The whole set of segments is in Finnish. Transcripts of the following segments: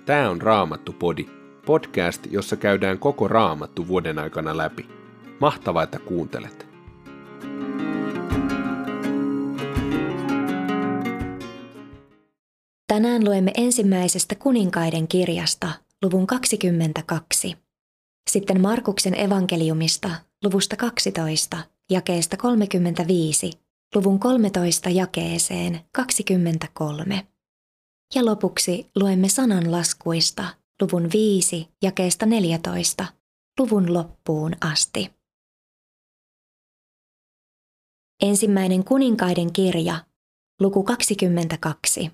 Tää on Raamattu-podi, podcast, jossa käydään koko Raamattu vuoden aikana läpi. Mahtavaa, että kuuntelet! Tänään luemme ensimmäisestä kuninkaiden kirjasta, luvun 22. Sitten Markuksen evankeliumista, luvusta 12, jakeesta 35, luvun 13 jakeeseen 23. Ja lopuksi luemme sananlaskuista, luvun 5, jakeesta 14, luvun loppuun asti. Ensimmäinen kuninkaiden kirja, luku 22.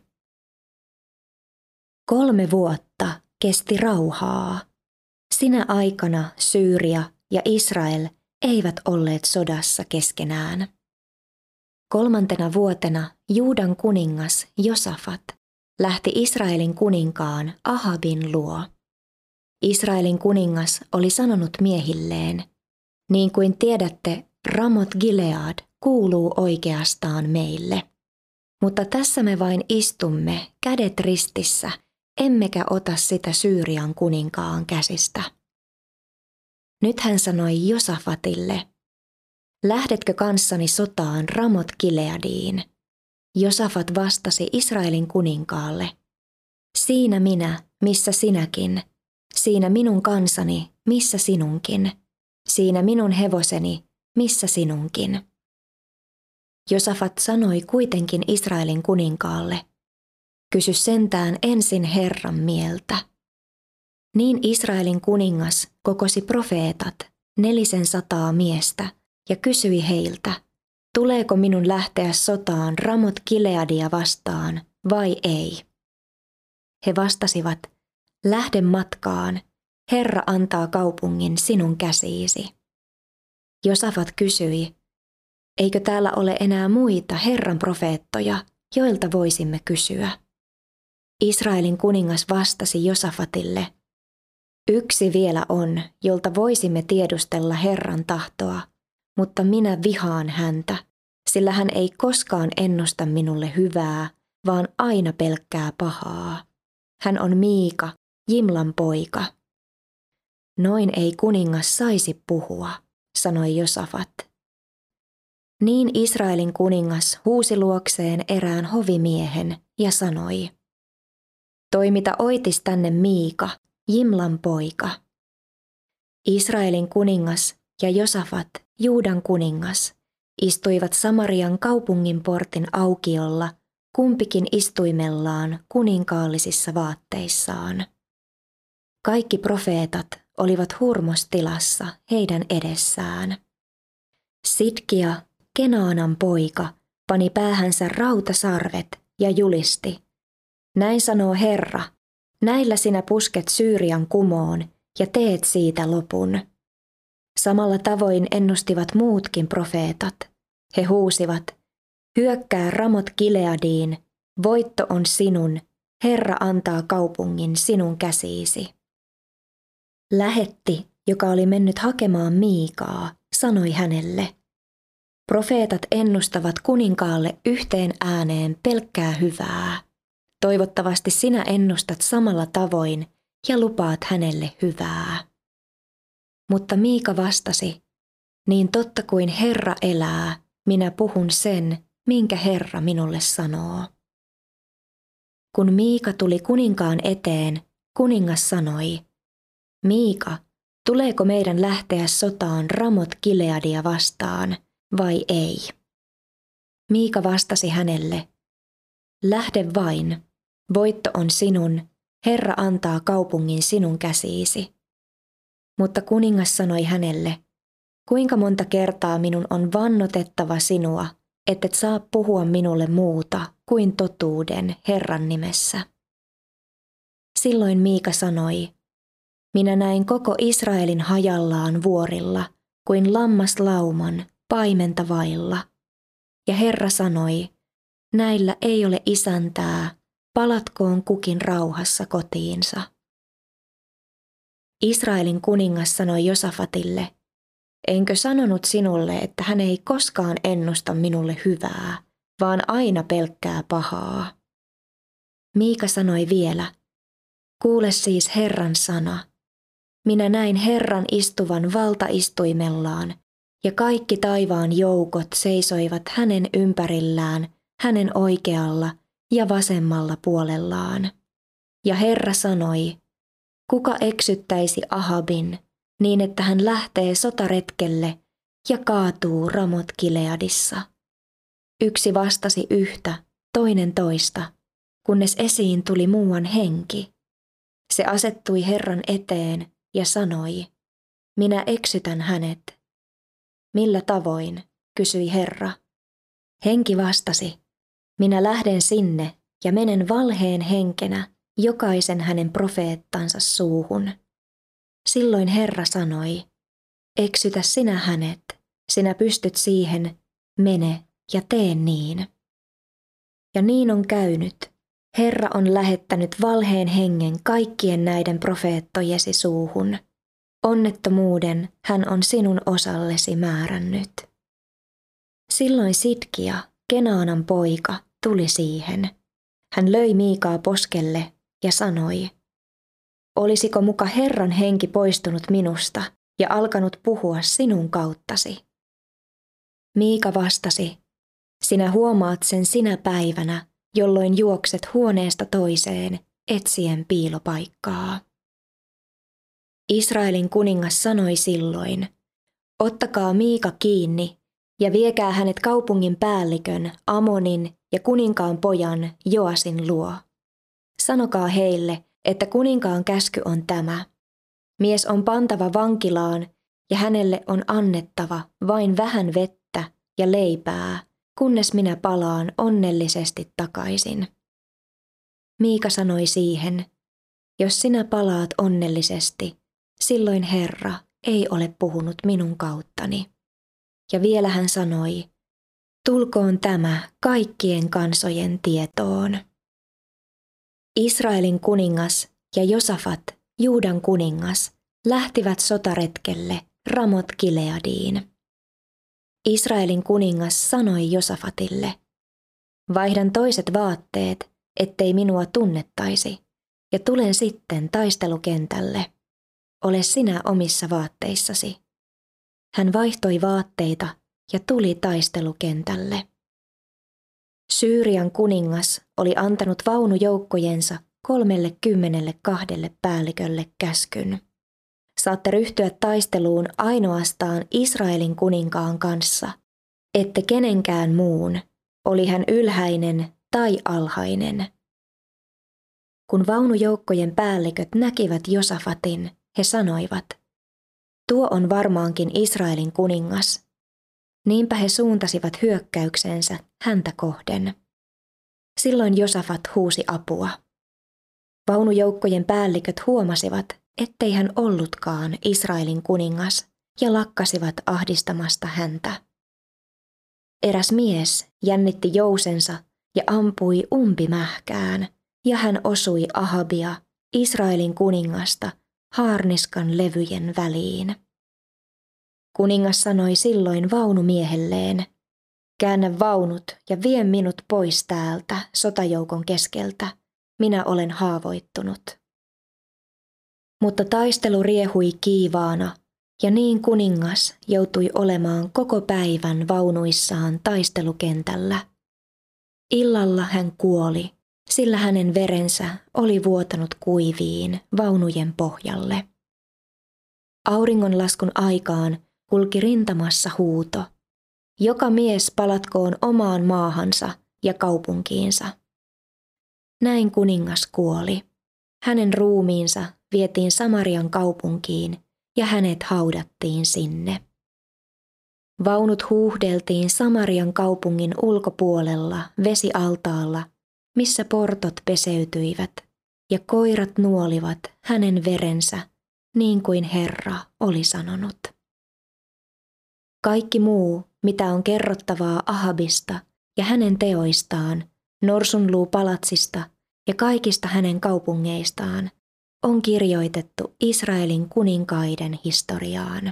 3 vuotta kesti rauhaa. Sinä aikana Syyria ja Israel eivät olleet sodassa keskenään. 3. vuotena Juudan kuningas Josafat lähti Israelin kuninkaan Ahabin luo. Israelin kuningas oli sanonut miehilleen, niin kuin tiedätte, Ramot Gilead kuuluu oikeastaan meille. Mutta tässä me vain istumme kädet ristissä, emmekä ota sitä Syyrian kuninkaan käsistä. Nyt hän sanoi Josafatille, lähdetkö kanssani sotaan Ramot Gileadiin? Josafat vastasi Israelin kuninkaalle, siinä minä, missä sinäkin, siinä minun kansani, missä sinunkin, siinä minun hevoseni, missä sinunkin. Josafat sanoi kuitenkin Israelin kuninkaalle, kysy sentään ensin Herran mieltä. Niin Israelin kuningas kokosi profeetat 400 miestä ja kysyi heiltä, tuleeko minun lähteä sotaan Ramot Gileadia vastaan vai ei? He vastasivat, lähde matkaan, Herra antaa kaupungin sinun käsiisi. Josafat kysyi, eikö täällä ole enää muita Herran profeettoja, joilta voisimme kysyä? Israelin kuningas vastasi Josafatille, yksi vielä on, jolta voisimme tiedustella Herran tahtoa, mutta minä vihaan häntä, sillä hän ei koskaan ennusta minulle hyvää, vaan aina pelkkää pahaa. Hän on Miika, Jimlan poika. Noin ei kuningas saisi puhua, sanoi Josafat. Niin Israelin kuningas huusi luokseen erään hovimiehen ja sanoi, toimita oitis tänne Miika, Jimlan poika. Israelin kuningas ja Josafat, Juudan kuningas, istuivat Samarian kaupungin portin aukiolla, kumpikin istuimellaan kuninkaallisissa vaatteissaan. Kaikki profeetat olivat hurmostilassa heidän edessään. Sidkia, Kenaanan poika, pani päähänsä rautasarvet ja julisti, näin sanoo Herra, näillä sinä pusket Syyrian kumoon ja teet siitä lopun. Samalla tavoin ennustivat muutkin profeetat. He huusivat, hyökkää Ramot Gileadiin, voitto on sinun, Herra antaa kaupungin sinun käsiisi. Lähetti, joka oli mennyt hakemaan Miikaa, sanoi hänelle, profeetat ennustavat kuninkaalle yhteen ääneen pelkkää hyvää. Toivottavasti sinä ennustat samalla tavoin ja lupaat hänelle hyvää. Mutta Miika vastasi, niin totta kuin Herra elää, minä puhun sen, minkä Herra minulle sanoo. Kun Miika tuli kuninkaan eteen, kuningas sanoi, Miika, tuleeko meidän lähteä sotaan Ramot Gileadia vastaan vai ei? Miika vastasi hänelle, lähde vain, voitto on sinun, Herra antaa kaupungin sinun käsiisi. Mutta kuningas sanoi hänelle, kuinka monta kertaa minun on vannotettava sinua, ettet saa puhua minulle muuta kuin totuuden Herran nimessä. Silloin Miika sanoi, minä näin koko Israelin hajallaan vuorilla, kuin lammaslauman paimenta vailla. Ja Herra sanoi, näillä ei ole isäntää, palatkoon kukin rauhassa kotiinsa. Israelin kuningas sanoi Josafatille, enkö sanonut sinulle, että hän ei koskaan ennusta minulle hyvää, vaan aina pelkkää pahaa? Miika sanoi vielä, Kuule siis Herran sana. Minä näin Herran istuvan valtaistuimellaan, ja kaikki taivaan joukot seisoivat hänen ympärillään, hänen oikealla ja vasemmalla puolellaan. Ja Herra sanoi, kuka eksyttäisi Ahabin, niin että hän lähtee sotaretkelle ja kaatuu Ramot Gileadissa. Yksi vastasi yhtä, toinen toista, kunnes esiin tuli muuan henki. Se asettui Herran eteen ja sanoi, minä eksytän hänet. Millä tavoin, kysyi Herra. Henki vastasi, minä lähden sinne ja menen valheen henkenä jokaisen hänen profeettansa suuhun. Silloin Herra sanoi, eksytä sinä hänet, sinä pystyt siihen, mene ja tee niin. Ja niin on käynyt. Herra on lähettänyt valheen hengen kaikkien näiden profeettojesi suuhun. Onnettomuuden hän on sinun osallesi määrännyt. Silloin Sidkia, Kenaanan poika, tuli siihen. Hän löi Miikaa poskelle ja sanoi, olisiko muka Herran henki poistunut minusta ja alkanut puhua sinun kauttasi? Miika vastasi, sinä huomaat sen sinä päivänä, jolloin juokset huoneesta toiseen etsien piilopaikkaa. Israelin kuningas sanoi silloin, ottakaa Miika kiinni ja viekää hänet kaupungin päällikön, Amonin ja kuninkaan pojan Joasin luo. Sanokaa heille, että kuninkaan käsky on tämä. Mies on pantava vankilaan ja hänelle on annettava vain vähän vettä ja leipää, kunnes minä palaan onnellisesti takaisin. Miika sanoi siihen, jos sinä palaat onnellisesti, silloin Herra ei ole puhunut minun kauttani. Ja vielä hän sanoi, tulkoon tämä kaikkien kansojen tietoon. Israelin kuningas ja Josafat, Juudan kuningas, lähtivät sotaretkelle Ramot Gileadiin. Israelin kuningas sanoi Josafatille, vaihdan toiset vaatteet, ettei minua tunnettaisi, ja tulen sitten taistelukentälle. Ole sinä omissa vaatteissasi. Hän vaihtoi vaatteita ja tuli taistelukentälle. Syyrian kuningas oli antanut vaunujoukkojensa 32 päällikölle käskyn. Saatte ryhtyä taisteluun ainoastaan Israelin kuninkaan kanssa, ette kenenkään muun, oli hän ylhäinen tai alhainen. Kun vaunujoukkojen päälliköt näkivät Josafatin, he sanoivat, tuo on varmaankin Israelin kuningas. Niinpä he suuntasivat hyökkäyksensä häntä kohden. Silloin Josafat huusi apua. Vaunujoukkojen päälliköt huomasivat, ettei hän ollutkaan Israelin kuningas, ja lakkasivat ahdistamasta häntä. Eräs mies jännitti jousensa ja ampui umpimähkään, ja hän osui Ahabia, Israelin kuningasta, haarniskan levyjen väliin. Kuningas sanoi silloin vaunumiehelleen, käännä vaunut ja vie minut pois täältä sotajoukon keskeltä, minä olen haavoittunut. Mutta taistelu riehui kiivaana, ja niin kuningas joutui olemaan koko päivän vaunuissaan taistelukentällä. Illalla hän kuoli, sillä hänen verensä oli vuotanut kuiviin vaunujen pohjalle. Auringonlaskun aikaan kulki rintamassa huuto, joka mies palatkoon omaan maahansa ja kaupunkiinsa. Näin kuningas kuoli. Hänen ruumiinsa vietiin Samarian kaupunkiin ja hänet haudattiin sinne. Vaunut huuhdeltiin Samarian kaupungin ulkopuolella vesialtaalla, missä portot peseytyivät, ja koirat nuolivat hänen verensä, niin kuin Herra oli sanonut. Kaikki muu, mitä on kerrottavaa Ahabista ja hänen teoistaan, Norsunluupalatsista ja kaikista hänen kaupungeistaan, on kirjoitettu Israelin kuninkaiden historiaan.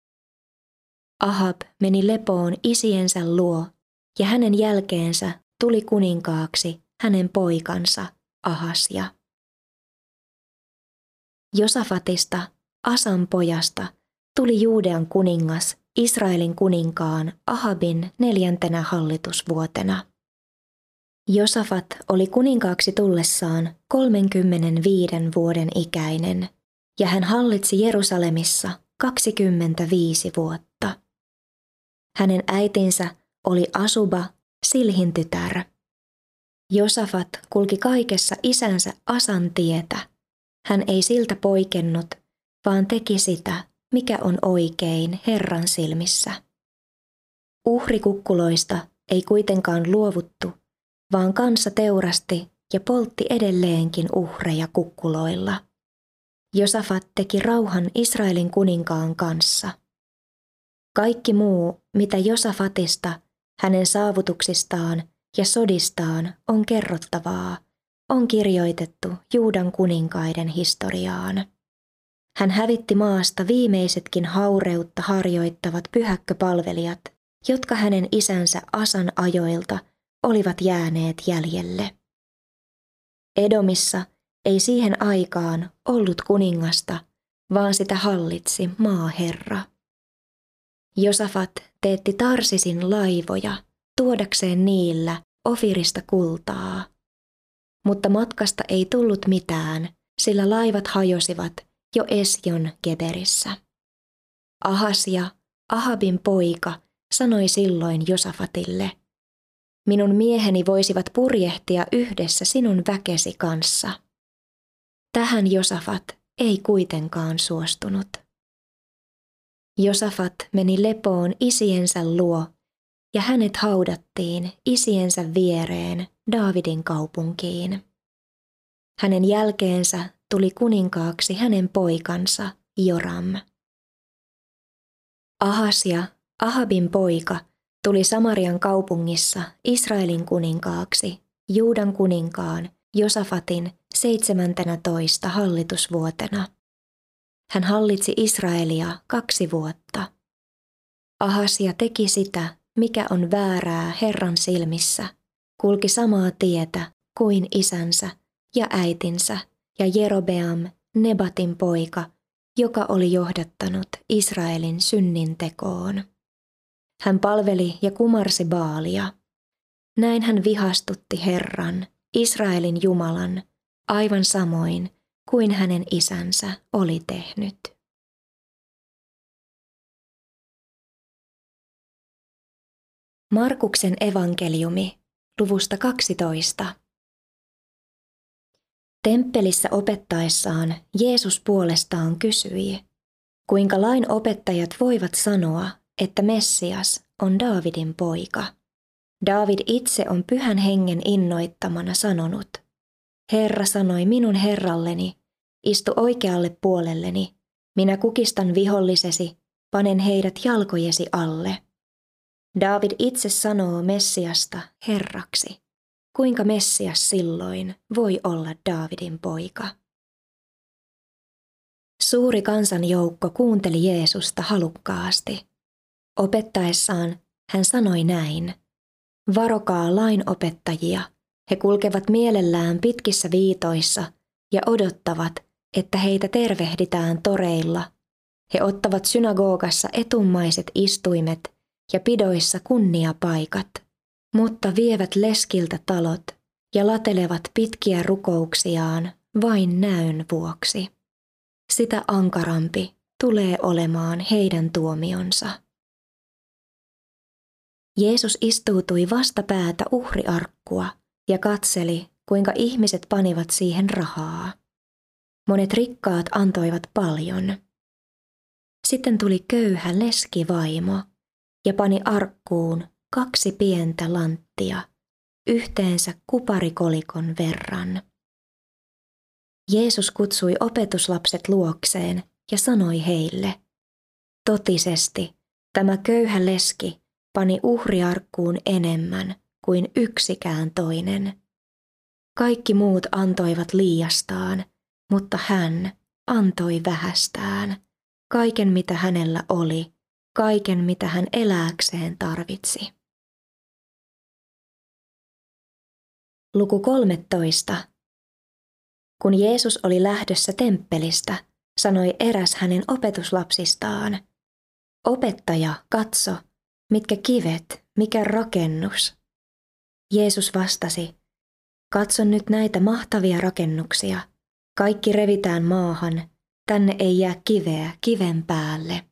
Ahab meni lepoon isiensä luo, ja hänen jälkeensä tuli kuninkaaksi hänen poikansa Ahasja. Josafatista, Asan pojasta, tuli Juudean kuningas Israelin kuninkaan Ahabin 4. hallitusvuotena. Josafat oli kuninkaaksi tullessaan 35 vuoden ikäinen, ja hän hallitsi Jerusalemissa 25 vuotta. Hänen äitinsä oli Asuba, Silhin tytär. Josafat kulki kaikessa isänsä Asan tietä. Hän ei siltä poikennut, vaan teki sitä, mikä on oikein Herran silmissä. Uhrikukkuloista ei kuitenkaan luovuttu, vaan kansa teurasti ja poltti edelleenkin uhreja kukkuloilla. Josafat teki rauhan Israelin kuninkaan kanssa. Kaikki muu, mitä Josafatista, hänen saavutuksistaan ja sodistaan on kerrottavaa, on kirjoitettu Juudan kuninkaiden historiaan. Hän hävitti maasta viimeisetkin haureutta harjoittavat pyhäkköpalvelijat, jotka hänen isänsä Asan ajoilta olivat jääneet jäljelle. Edomissa ei siihen aikaan ollut kuningasta, vaan sitä hallitsi maaherra. Josafat teetti Tarsisin laivoja tuodakseen niillä Ofirista kultaa. Mutta matkasta ei tullut mitään, sillä laivat hajosivat jo Esjon Geberissä. Ahasia, Ahabin poika, sanoi silloin Josafatille: minun mieheni voisivat purjehtia yhdessä sinun väkesi kanssa. Tähän Josafat ei kuitenkaan suostunut. Josafat meni lepoon isiensä luo, ja hänet haudattiin isiensä viereen Daavidin kaupunkiin. Hänen jälkeensä tuli kuninkaaksi hänen poikansa Joram. Ahasia, Ahabin poika, tuli Samarian kaupungissa Israelin kuninkaaksi Juudan kuninkaan Josafatin 17. hallitusvuotena. Hän hallitsi Israelia 2 vuotta. Ahasia teki sitä, mikä on väärää Herran silmissä, kulki samaa tietä kuin isänsä ja äitinsä ja Jerobeam, Nebatin poika, joka oli johdattanut Israelin synnintekoon. Hän palveli ja kumarsi Baalia. Näin hän vihastutti Herran, Israelin Jumalan, aivan samoin kuin hänen isänsä oli tehnyt. Markuksen evankeliumi, luvusta 12. Temppelissä opettaessaan Jeesus puolestaan kysyi, kuinka lain opettajat voivat sanoa, että Messias on Daavidin poika. Daavid itse on Pyhän Hengen innoittamana sanonut: Herra sanoi minun Herralleni, istu oikealle puolelleni, minä kukistan vihollisesi, panen heidät jalkojesi alle. Daavid itse sanoo Messiasta Herraksi. Kuinka Messias silloin voi olla Daavidin poika? Suuri kansanjoukko kuunteli Jeesusta halukkaasti. Opettaessaan hän sanoi näin: varokaa lainopettajia, he kulkevat mielellään pitkissä viitoissa ja odottavat, että heitä tervehditään toreilla. He ottavat synagogassa etummaiset istuimet ja pidoissa kunniapaikat, mutta vievät leskiltä talot ja latelevat pitkiä rukouksiaan vain näön vuoksi. Sitä ankarampi tulee olemaan heidän tuomionsa. Jeesus istuutui vastapäätä uhriarkkua ja katseli, kuinka ihmiset panivat siihen rahaa. Monet rikkaat antoivat paljon. Sitten tuli köyhä leskivaimo ja pani arkkuun 2 pientä lanttia, yhteensä kuparikolikon verran. Jeesus kutsui opetuslapset luokseen ja sanoi heille: totisesti, tämä köyhä leski pani uhriarkkuun enemmän kuin yksikään toinen. Kaikki muut antoivat liiastaan, mutta hän antoi vähästään, kaiken mitä hänellä oli, kaiken mitä hän elääkseen tarvitsi. Luku 13. Kun Jeesus oli lähdössä temppelistä, sanoi eräs hänen opetuslapsistaan: "Opettaja, katso, mitkä kivet, mikä rakennus." Jeesus vastasi: "Katso nyt näitä mahtavia rakennuksia. Kaikki revitään maahan, tänne ei jää kiveä kiven päälle."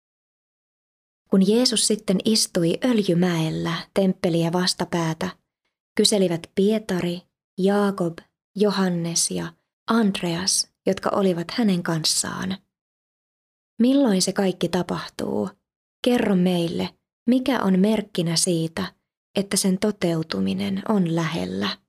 Kun Jeesus sitten istui Öljymäellä temppeliä vastapäätä, kyselivät Pietari, Jaakob, Johannes ja Andreas, jotka olivat hänen kanssaan: "Milloin se kaikki tapahtuu? Kerro meille, mikä on merkkinä siitä, että sen toteutuminen on lähellä?"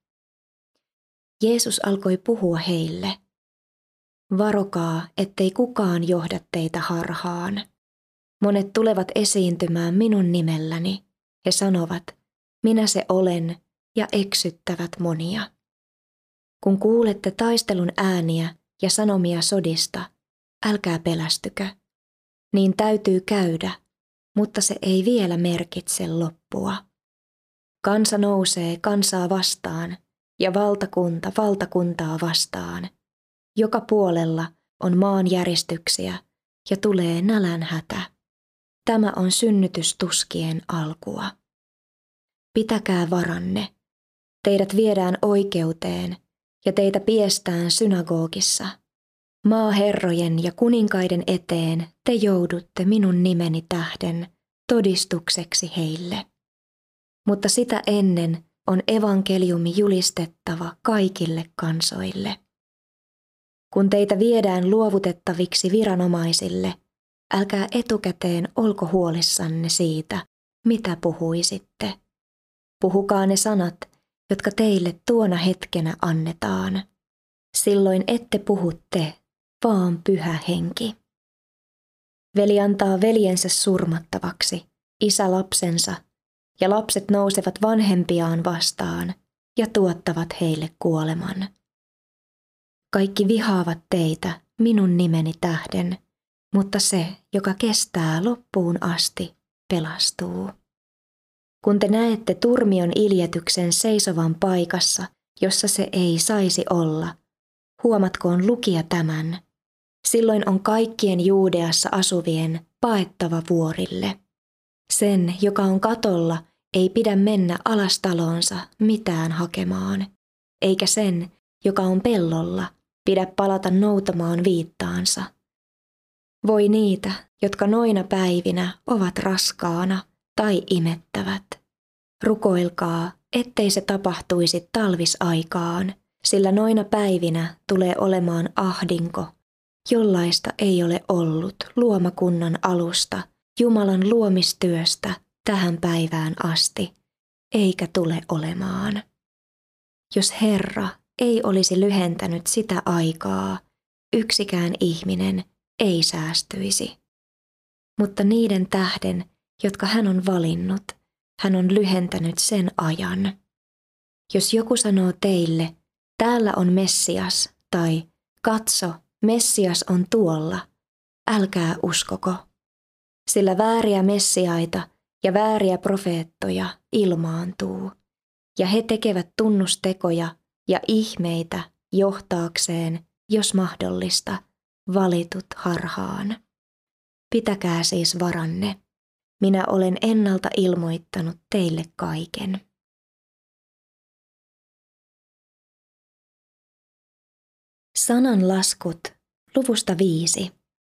Jeesus alkoi puhua heille: "Varokaa, ettei kukaan johda teitä harhaan. Monet tulevat esiintymään minun nimelläni. He sanovat, minä se olen, ja eksyttävät monia. Kun kuulette taistelun ääniä ja sanomia sodista, älkää pelästykö. Niin täytyy käydä, mutta se ei vielä merkitse loppua. Kansa nousee kansaa vastaan ja valtakunta valtakuntaa vastaan. Joka puolella on maanjäristyksiä ja tulee nälänhätä. Tämä on synnytystuskien alkua. Pitäkää varanne. Teidät viedään oikeuteen ja teitä piestään synagogissa. Maaherrojen ja kuninkaiden eteen te joudutte minun nimeni tähden todistukseksi heille. Mutta sitä ennen on evankeliumi julistettava kaikille kansoille. Kun teitä viedään luovutettaviksi viranomaisille, älkää etukäteen olko huolissanne siitä, mitä puhuisitte. Puhukaa ne sanat, jotka teille tuona hetkenä annetaan. Silloin ette puhu te, vaan Pyhä Henki. Veli antaa veljensä surmattavaksi, isä lapsensa, ja lapset nousevat vanhempiaan vastaan ja tuottavat heille kuoleman. Kaikki vihaavat teitä minun nimeni tähden, mutta se, joka kestää loppuun asti, pelastuu. Kun te näette turmion iljetyksen seisovan paikassa, jossa se ei saisi olla, huomatkoon lukija tämän. Silloin on kaikkien Juudeassa asuvien paettava vuorille. Sen, joka on katolla, ei pidä mennä alastaloonsa mitään hakemaan, eikä sen, joka on pellolla, pidä palata noutamaan viittaansa. Voi niitä, jotka noina päivinä ovat raskaana tai imettävät. Rukoilkaa, ettei se tapahtuisi talvisaikaan, sillä noina päivinä tulee olemaan ahdinko, jollaista ei ole ollut luomakunnan alusta, Jumalan luomistyöstä tähän päivään asti, eikä tule olemaan. Jos Herra ei olisi lyhentänyt sitä aikaa, yksikään ihminen ei säästyisi. Mutta niiden tähden, jotka hän on valinnut, hän on lyhentänyt sen ajan. Jos joku sanoo teille, täällä on Messias, tai katso, Messias on tuolla, älkää uskoko. Sillä vääriä messiaita ja vääriä profeettoja ilmaantuu, ja he tekevät tunnustekoja ja ihmeitä johtaakseen, jos mahdollista, valitut harhaan. Pitäkää siis varanne. Minä olen ennalta ilmoittanut teille kaiken. Sananlaskut luvusta 5.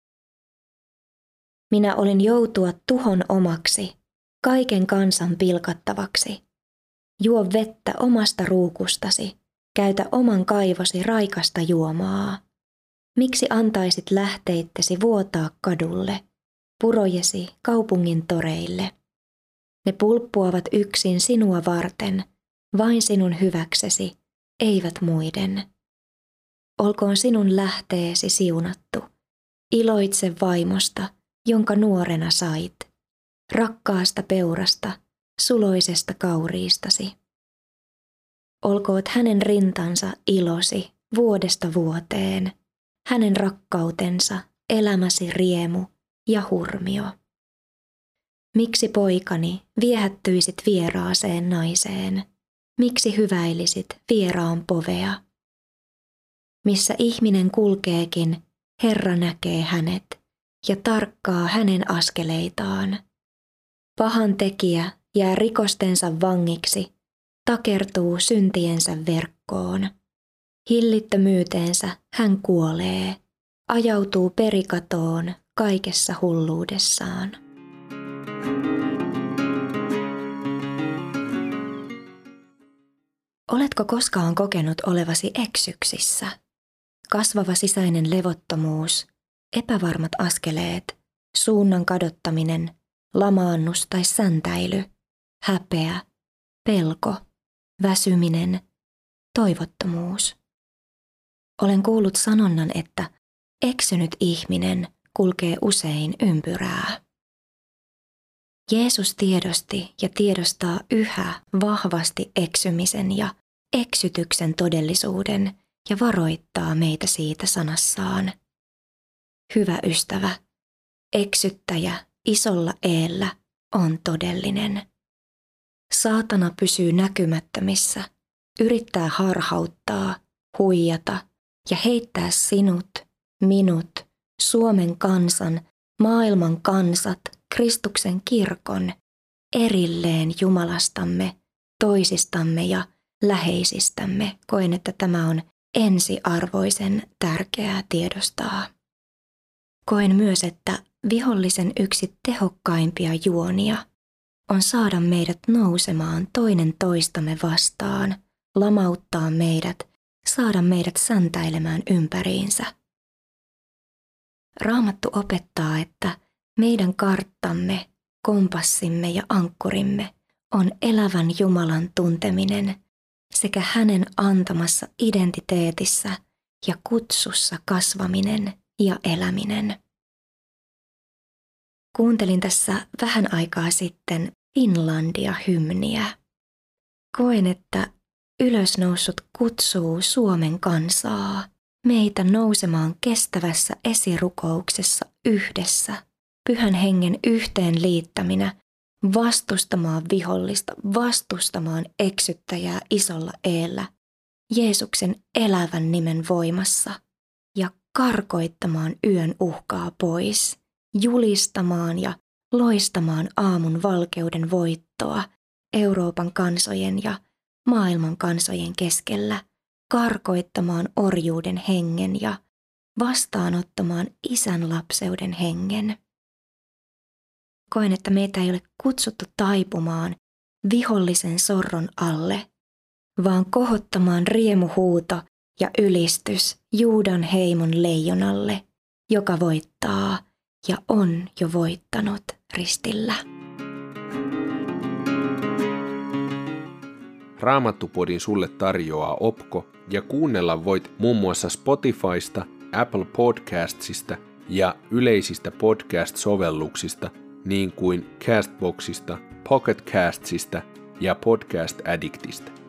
Minä olin joutua tuhon omaksi, kaiken kansan pilkattavaksi. Juo vettä omasta ruukustasi, käytä oman kaivosi raikasta juomaa. Miksi antaisit lähteittesi vuotaa kadulle, purojesi kaupungin toreille? Ne pulppuavat yksin sinua varten, vain sinun hyväksesi, eivät muiden. Olkoon sinun lähteesi siunattu, iloitse vaimosta, jonka nuorena sait, rakkaasta peurasta, suloisesta kauriistasi. Olkoot hänen rintansa ilosi vuodesta vuoteen, hänen rakkautensa, elämäsi riemu ja hurmio. Miksi poikani viehättyisit vieraaseen naiseen? Miksi hyväilisit vieraan povea? Missä ihminen kulkeekin, Herra näkee hänet ja tarkkaa hänen askeleitaan. Pahan tekijä jää rikostensa vangiksi, takertuu syntiensä verkkoon. Hillittömyyteensä hän kuolee, ajautuu perikatoon kaikessa hulluudessaan. Oletko koskaan kokenut olevasi eksyksissä? Kasvava sisäinen levottomuus, epävarmat askeleet, suunnan kadottaminen, lamaannus tai säntäily, häpeä, pelko, väsyminen, toivottomuus. Olen kuullut sanonnan, että eksynyt ihminen kulkee usein ympyrää. Jeesus tiedosti ja tiedostaa yhä vahvasti eksymisen ja eksytyksen todellisuuden ja varoittaa meitä siitä sanassaan. Hyvä ystävä, eksyttäjä isolla eellä on todellinen. Saatana pysyy näkymättömissä, yrittää harhauttaa, huijata ja heittää sinut, minut, Suomen kansan, maailman kansat, Kristuksen kirkon erilleen Jumalastamme, toisistamme ja läheisistämme. Koen, että tämä on ensiarvoisen tärkeää tiedostaa. Koen myös, että vihollisen yksi tehokkaimpia juonia on saada meidät nousemaan toinen toistamme vastaan, lamauttaa meidät, saada meidät säntäilemään ympäriinsä. Raamattu opettaa, että meidän karttamme, kompassimme ja ankkurimme on elävän Jumalan tunteminen sekä hänen antamassa identiteetissä ja kutsussa kasvaminen ja eläminen. Kuuntelin tässä vähän aikaa sitten Finlandia-hymniä. Koen, että ylösnoussut kutsuu Suomen kansaa meitä nousemaan kestävässä esirukouksessa yhdessä, Pyhän Hengen yhteen liittäminä, vastustamaan vihollista, vastustamaan eksyttäjää isolla eellä, Jeesuksen elävän nimen voimassa ja karkoittamaan yön uhkaa pois, julistamaan ja loistamaan aamun valkeuden voittoa Euroopan kansojen ja maailman kansojen keskellä, karkoittamaan orjuuden hengen ja vastaanottamaan isän lapseuden hengen. Koen, että meitä ei ole kutsuttu taipumaan vihollisen sorron alle, vaan kohottamaan riemuhuuto ja ylistys Juudan heimon leijonalle, joka voittaa ja on jo voittanut ristillä. Raamattupodin sulle tarjoaa Opko ja kuunnella voit muun muassa Spotifysta, Apple Podcastsista ja yleisistä podcast-sovelluksista niin kuin Castboxista, Pocket Castsista ja Podcast Addictista.